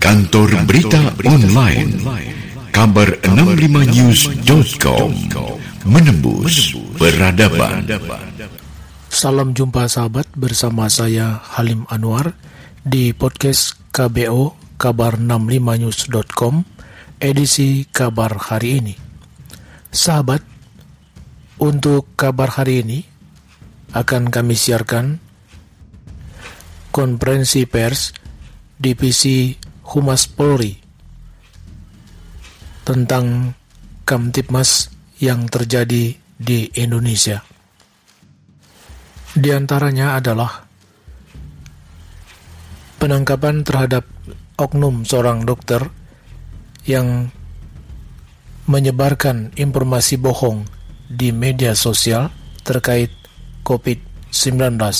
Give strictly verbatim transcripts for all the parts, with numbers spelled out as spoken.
Kantor Berita Online kabar enam puluh lima news dot com menembus peradaban. Salam jumpa sahabat, bersama saya Halim Anwar di podcast K B O kabar enam puluh lima news dot com edisi kabar hari ini. Sahabat, untuk kabar hari ini akan kami siarkan konferensi pers Divisi Humas Polri tentang Kamtibmas yang terjadi di Indonesia. Di antaranya adalah penangkapan terhadap oknum seorang dokter yang menyebarkan informasi bohong di media sosial terkait covid sembilan belas,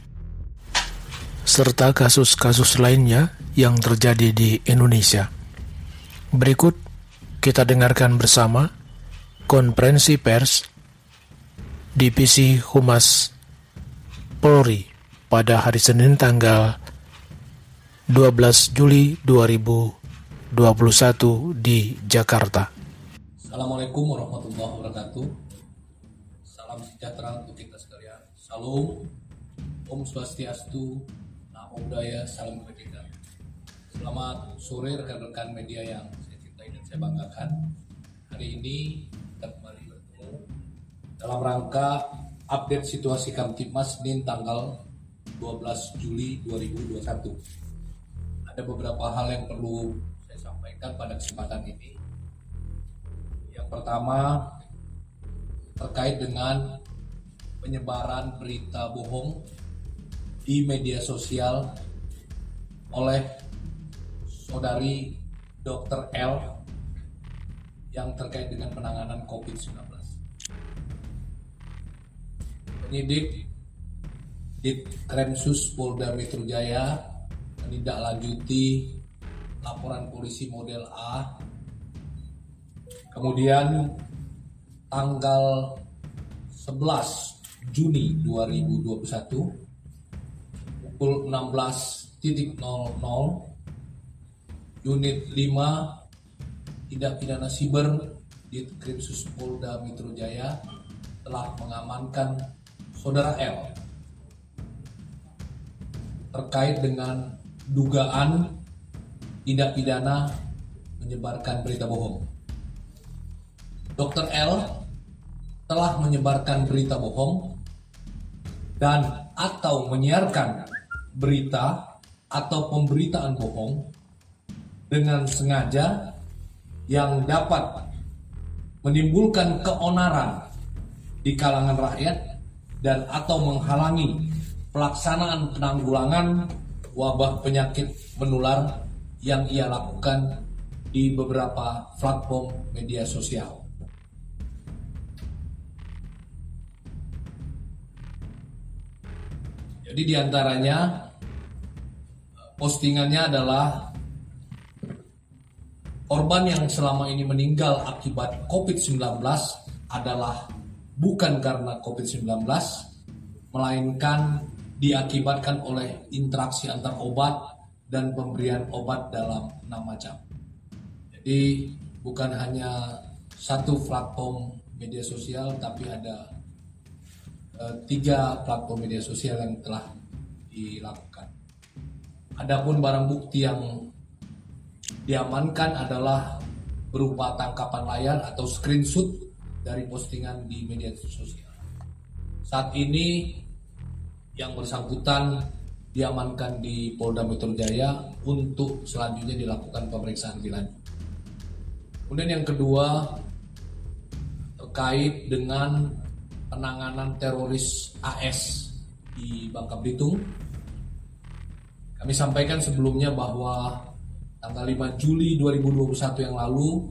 serta kasus-kasus lainnya yang terjadi di Indonesia. Berikut kita dengarkan bersama konferensi pers Divisi Humas Polri pada hari Senin tanggal dua belas Juli dua ribu dua puluh satu di Jakarta. Assalamualaikum warahmatullahi wabarakatuh. Salam sejahtera untuk kita sekalian. Salam, Om Swastiastu, Namo Buddhaya, Salam Kebajikan. Selamat sore rekan-rekan media yang saya cintai dan saya banggakan. Hari ini kita kembali bertemu dalam rangka update situasi Kamtibmas Senin tanggal dua belas Juli dua ribu dua puluh satu. Ada beberapa hal yang perlu saya sampaikan pada kesempatan ini. Yang pertama, terkait dengan penyebaran berita bohong di media sosial oleh saudari dokter L yang terkait dengan penanganan covid sembilan belas. Penyidik Ditkrimsus Polda Metro Jaya menindaklanjuti laporan polisi model A. Kemudian tanggal sebelas Juni dua ribu dua puluh satu pukul enam belas nol nol Unit lima Tindak Pidana Siber Ditkrimsus Polda Metro Jaya telah mengamankan saudara L terkait dengan dugaan tindak pidana menyebarkan berita bohong. dokter L telah menyebarkan berita bohong dan atau menyiarkan berita atau pemberitaan bohong dengan sengaja yang dapat menimbulkan keonaran di kalangan rakyat dan atau menghalangi pelaksanaan penanggulangan wabah penyakit menular yang ia lakukan di beberapa platform media sosial. Jadi diantaranya postingannya adalah korban yang selama ini meninggal akibat covid sembilan belas adalah bukan karena covid sembilan belas, melainkan diakibatkan oleh interaksi antar obat dan pemberian obat dalam enam macam. Jadi bukan hanya satu platform media sosial, tapi ada eh, tiga platform media sosial yang telah dilakukan. Adapun barang bukti yang diamankan adalah berupa tangkapan layar atau screenshot dari postingan di media sosial. Saat ini yang bersangkutan diamankan di Polda Metro Jaya untuk selanjutnya dilakukan pemeriksaan lebih lanjut. Kemudian yang kedua, terkait dengan penanganan teroris A S di Bangka Belitung. Kami sampaikan sebelumnya bahwa tanggal lima Juli dua ribu dua puluh satu yang lalu,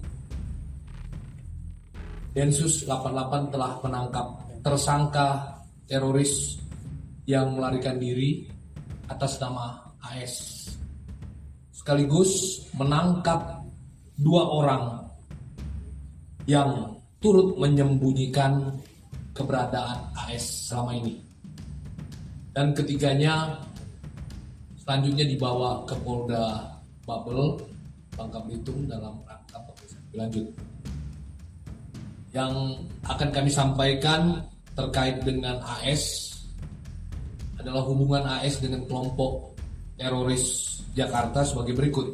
Densus delapan puluh delapan telah menangkap tersangka teroris yang melarikan diri atas nama A S. Sekaligus menangkap dua orang yang turut menyembunyikan keberadaan A S selama ini. Dan ketiganya selanjutnya dibawa ke Polda Bubble Bangka Belitung dalam rangka pemeriksaan lebih lanjut. Yang akan kami sampaikan terkait dengan A S adalah hubungan A S dengan kelompok teroris Jakarta sebagai berikut.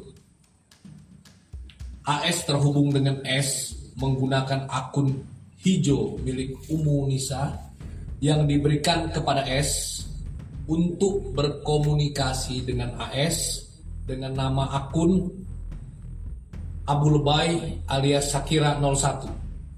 A S terhubung dengan S menggunakan akun hijau milik Umu Nisa yang diberikan kepada S untuk berkomunikasi dengan A S dengan nama akun Abu Lebay alias Shakira nol satu.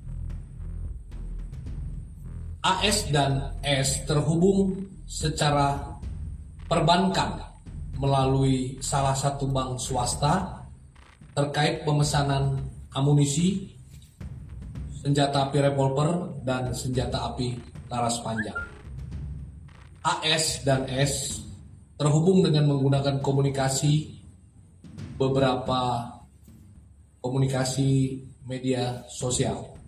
A S dan S terhubung secara perbankan melalui salah satu bank swasta terkait pemesanan amunisi, senjata api revolver, dan senjata api laras panjang. A S dan S terhubung dengan menggunakan komunikasi beberapa komunikasi media sosial.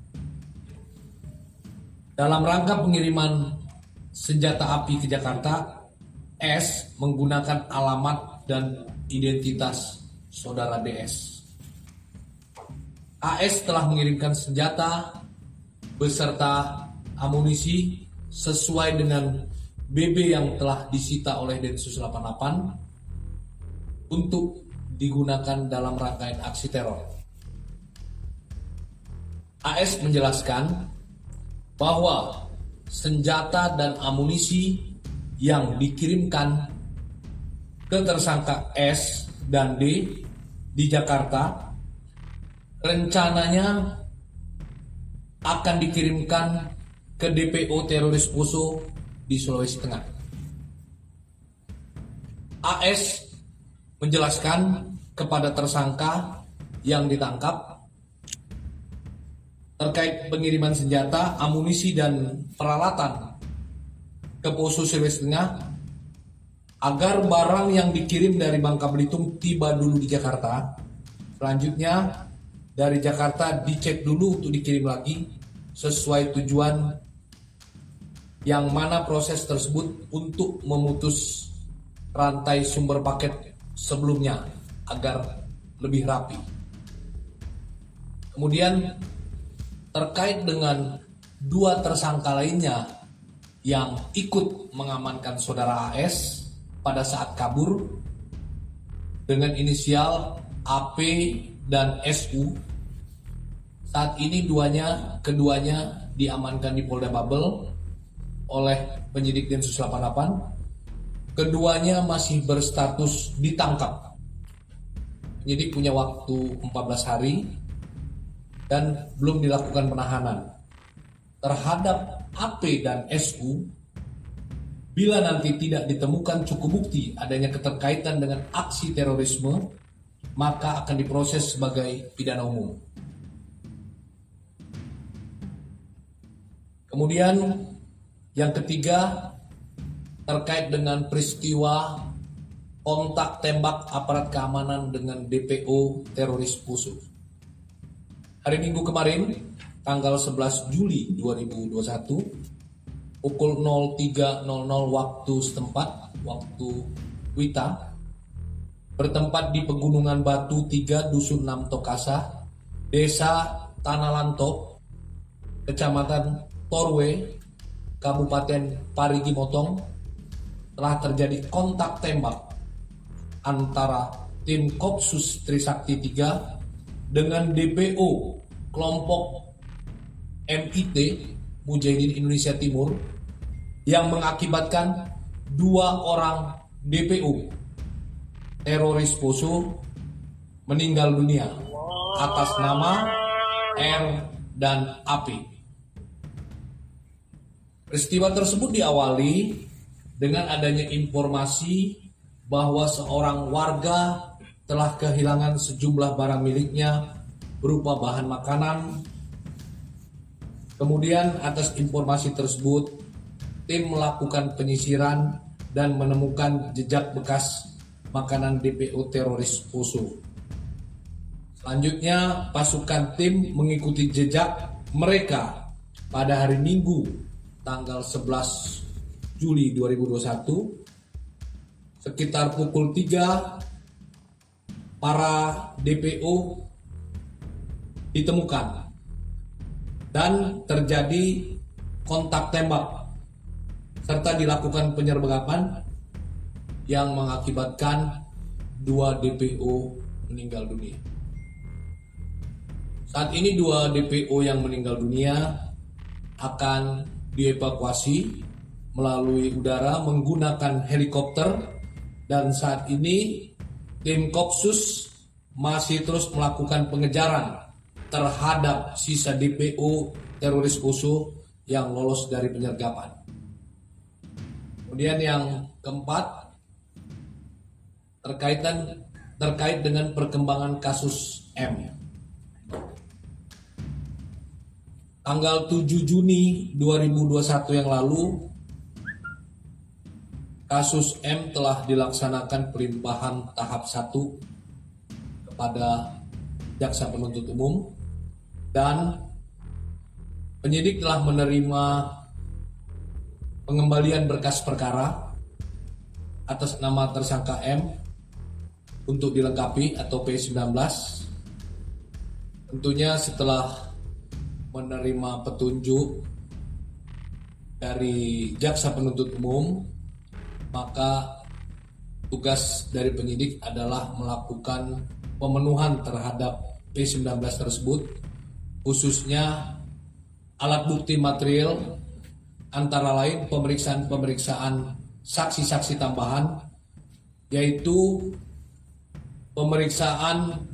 Dalam rangka pengiriman senjata api ke Jakarta, S menggunakan alamat dan identitas saudara D S. A S telah mengirimkan senjata beserta amunisi sesuai dengan B B yang telah disita oleh Densus delapan puluh delapan untuk digunakan dalam rangkaian aksi teror. A S menjelaskan bahwa senjata dan amunisi yang dikirimkan ke tersangka S dan D di Jakarta rencananya akan dikirimkan ke D P O teroris Poso di Sulawesi Tengah. A S menjelaskan kepada tersangka yang ditangkap terkait pengiriman senjata, amunisi, dan peralatan ke Poso Sulawesi Tengah agar barang yang dikirim dari Bangka Belitung tiba dulu di Jakarta. Selanjutnya dari Jakarta dicek dulu untuk dikirim lagi sesuai tujuan, yang mana proses tersebut untuk memutus rantai sumber paket sebelumnya agar lebih rapi. Kemudian terkait dengan dua tersangka lainnya yang ikut mengamankan saudara A S pada saat kabur dengan inisial A P dan S U. Saat ini duanya, keduanya diamankan di Polda Babel oleh penyidik Densus delapan puluh delapan. Keduanya masih berstatus ditangkap. Penyidik punya waktu empat belas hari dan belum dilakukan penahanan terhadap A P dan S U. Bila nanti tidak ditemukan cukup bukti adanya keterkaitan dengan aksi terorisme, maka akan diproses sebagai pidana umum. Kemudian yang ketiga terkait dengan peristiwa kontak tembak aparat keamanan dengan D P O teroris Poso. Hari Minggu kemarin, tanggal sebelas Juli dua ribu dua puluh satu, pukul nol tiga nol nol waktu setempat, waktu Wita, bertempat di Pegunungan Batu tiga, Dusun enam Tokasa, Desa Tanah Lantop, Kecamatan Torwe, Kabupaten Parigi Motong, telah terjadi kontak tembak antara tim Kopsus Trisakti tiga dengan D P O kelompok M I T Mujahidin Indonesia Timur yang mengakibatkan dua orang D P O teroris Poso meninggal dunia atas nama R dan A P. Peristiwa tersebut diawali dengan adanya informasi bahwa seorang warga telah kehilangan sejumlah barang miliknya berupa bahan makanan. Kemudian atas informasi tersebut, tim melakukan penyisiran dan menemukan jejak bekas makanan D P O teroris Poso. Selanjutnya, pasukan tim mengikuti jejak mereka pada hari Minggu tanggal sebelas Juli dua ribu dua puluh satu sekitar pukul tiga para D P O ditemukan dan terjadi kontak tembak serta dilakukan penyergapan yang mengakibatkan dua D P O meninggal dunia. Saat ini dua D P O yang meninggal dunia akan dievakuasi melalui udara menggunakan helikopter, dan saat ini tim Kopsus masih terus melakukan pengejaran terhadap sisa D P O teroris Poso yang lolos dari penyergapan. Kemudian yang keempat, terkaitan terkait dengan perkembangan kasus M. Tanggal tujuh Juni dua ribu dua puluh satu yang lalu, kasus M telah dilaksanakan pelimpahan tahap satu kepada jaksa penuntut umum, dan penyidik telah menerima pengembalian berkas perkara atas nama tersangka M untuk dilengkapi atau P sembilan belas. Tentunya setelah menerima petunjuk dari jaksa penuntut umum, maka tugas dari penyidik adalah melakukan pemenuhan terhadap P sembilan belas tersebut, khususnya alat bukti material antara lain pemeriksaan-pemeriksaan saksi-saksi tambahan, yaitu pemeriksaan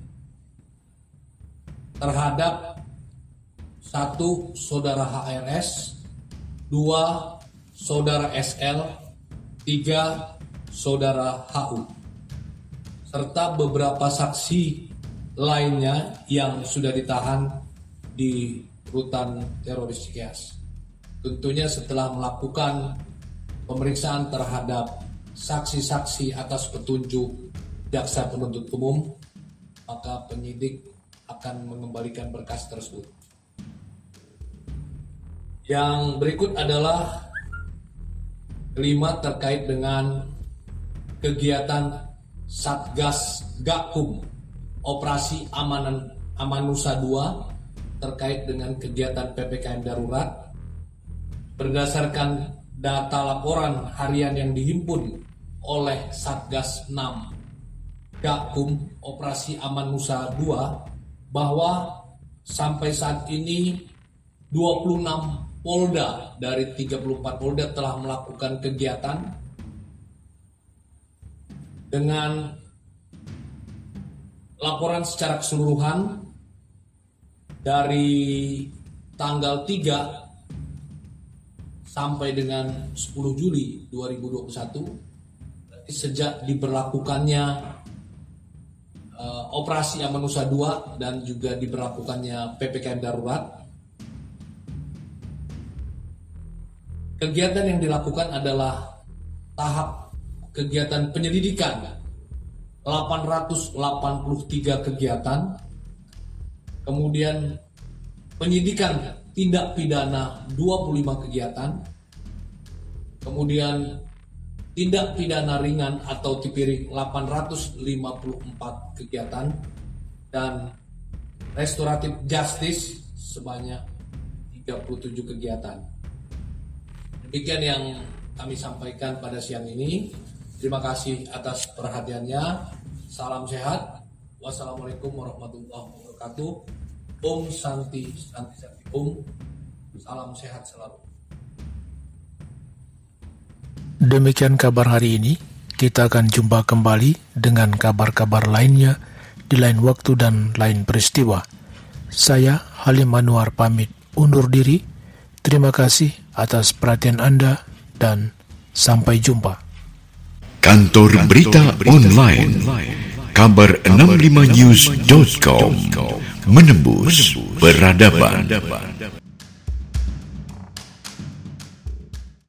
terhadap satu saudara H R S, dua saudara S L, tiga saudara H U, serta beberapa saksi lainnya yang sudah ditahan di rutan teroris Cikeas. Tentunya setelah melakukan pemeriksaan terhadap saksi-saksi atas petunjuk jaksa penuntut umum, maka penyidik akan mengembalikan berkas tersebut. Yang berikut adalah kelima, terkait dengan kegiatan Satgas Gakum Operasi Amanan Amanusa dua terkait dengan kegiatan P P K M darurat. Berdasarkan data laporan harian yang dihimpun oleh Satgas enam Gakum Operasi Amanusa dua, bahwa sampai saat ini dua puluh enam Polda dari tiga puluh empat Polda telah melakukan kegiatan dengan laporan secara keseluruhan dari tanggal tiga sampai dengan sepuluh Juli dua ribu dua puluh satu, sejak diberlakukannya uh, Operasi Amanusa dua dan juga diberlakukannya P P K M darurat. Kegiatan yang dilakukan adalah tahap kegiatan penyelidikan delapan ratus delapan puluh tiga kegiatan, kemudian penyidikan tindak pidana dua puluh lima kegiatan, kemudian tindak pidana ringan atau tipiring delapan ratus lima puluh empat kegiatan, dan restoratif justice sebanyak tiga puluh tujuh kegiatan. Demikian yang kami sampaikan pada siang ini. Terima kasih atas perhatiannya. Salam sehat. Wassalamualaikum warahmatullahi wabarakatuh. Om Santi Santi Santi Om. Salam sehat selalu. Demikian kabar hari ini. Kita akan jumpa kembali dengan kabar-kabar lainnya di lain waktu dan lain peristiwa. Saya Halim Anwar pamit undur diri. Terima kasih atas perhatian Anda dan sampai jumpa. Kantor Berita Online kabar enam puluh lima news dot com menembus peradaban.